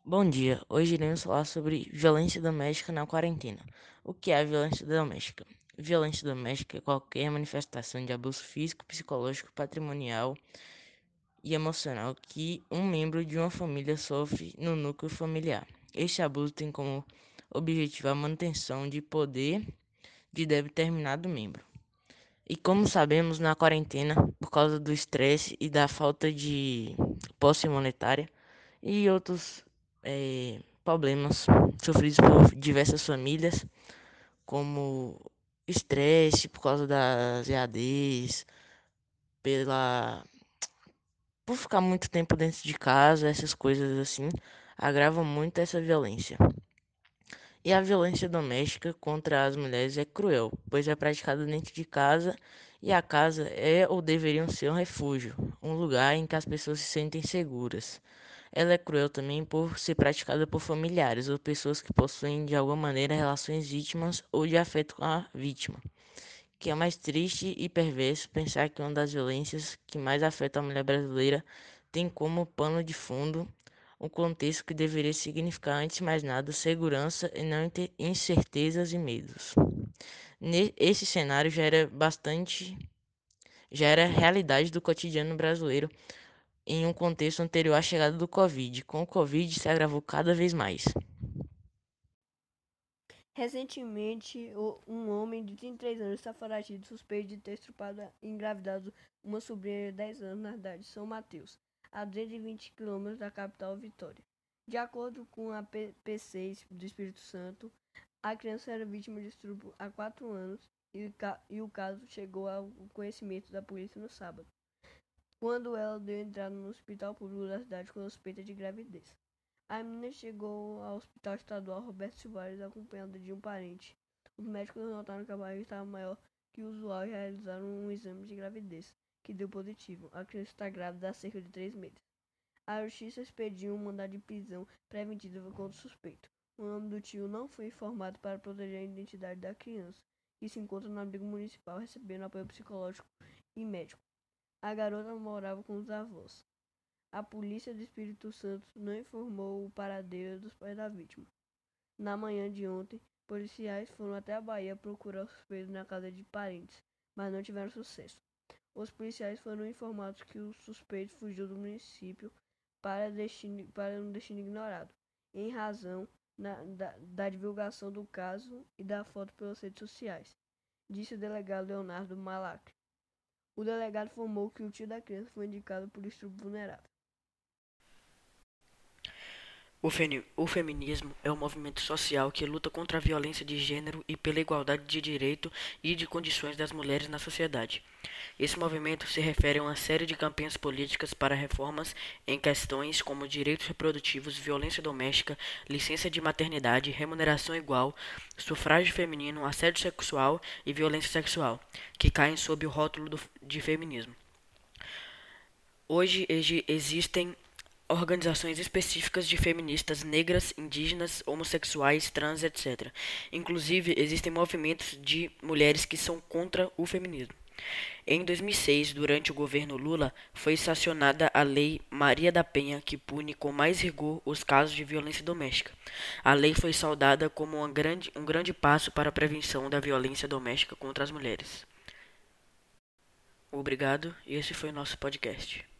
Bom dia, hoje iremos falar sobre violência doméstica na quarentena. O que é a violência doméstica? Violência doméstica é qualquer manifestação de abuso físico, psicológico, patrimonial e emocional que um membro de uma família sofre no núcleo familiar. Este abuso tem como objetivo a manutenção de poder de determinado membro. E como sabemos, na quarentena, por causa do estresse e da falta de posse monetária e outros problemas sofridos por diversas famílias, como estresse por causa das EADs, pela por ficar muito tempo dentro de casa, essas coisas assim, agravam muito essa violência. E a violência doméstica contra as mulheres é cruel, pois é praticada dentro de casa e a casa é ou deveria ser um refúgio, um lugar em que as pessoas se sentem seguras. Ela é cruel também por ser praticada por familiares ou pessoas que possuem de alguma maneira relações íntimas ou de afeto com a vítima. Que é mais triste e perverso pensar que uma das violências que mais afeta a mulher brasileira tem como pano de fundo um contexto que deveria significar, antes de mais nada, segurança e não incertezas e medos. Esse cenário já era realidade do cotidiano brasileiro em um contexto anterior à chegada do Covid. Com o Covid se agravou cada vez mais. Recentemente, um homem de 33 anos está foragido suspeito de ter estrupado e engravidado uma sobrinha de 10 anos na cidade de São Mateus, a 220 quilômetros da capital Vitória. De acordo com a P6 do Espírito Santo, a criança era vítima de estupro há 4 anos e o caso chegou ao conhecimento da polícia no sábado, quando ela deu entrada no hospital público da cidade com suspeita de gravidez. A menina chegou ao Hospital Estadual Roberto Silvares acompanhada de um parente. Os médicos notaram que a barriga estava maior que o usual e realizaram um exame de gravidez, que deu positivo. A criança está grávida há cerca de 3 meses. A justiça expediu um mandado de prisão preventiva contra o suspeito. O nome do tio não foi informado para proteger a identidade da criança, que se encontra no abrigo municipal recebendo apoio psicológico e médico. A garota morava com os avós. A polícia do Espírito Santo não informou o paradeiro dos pais da vítima. Na manhã de ontem, policiais foram até a Bahia procurar o suspeito na casa de parentes, mas não tiveram sucesso. Os policiais foram informados que o suspeito fugiu do município para um destino ignorado, em razão da divulgação do caso e da foto pelas redes sociais, disse o delegado Leonardo Malacre. O delegado informou que o tio da criança foi indicado por estupro vulnerável. O feminismo é um movimento social que luta contra a violência de gênero e pela igualdade de direito e de condições das mulheres na sociedade. Esse movimento se refere a uma série de campanhas políticas para reformas em questões como direitos reprodutivos, violência doméstica, licença de maternidade, remuneração igual, sufrágio feminino, assédio sexual e violência sexual, que caem sob o rótulo de feminismo. Hoje existem organizações específicas de feministas negras, indígenas, homossexuais, trans, etc. Inclusive, existem movimentos de mulheres que são contra o feminismo. Em 2006, durante o governo Lula, foi sancionada a Lei Maria da Penha, que pune com mais rigor os casos de violência doméstica. A lei foi saudada como um grande passo para a prevenção da violência doméstica contra as mulheres. Obrigado, e esse foi o nosso podcast.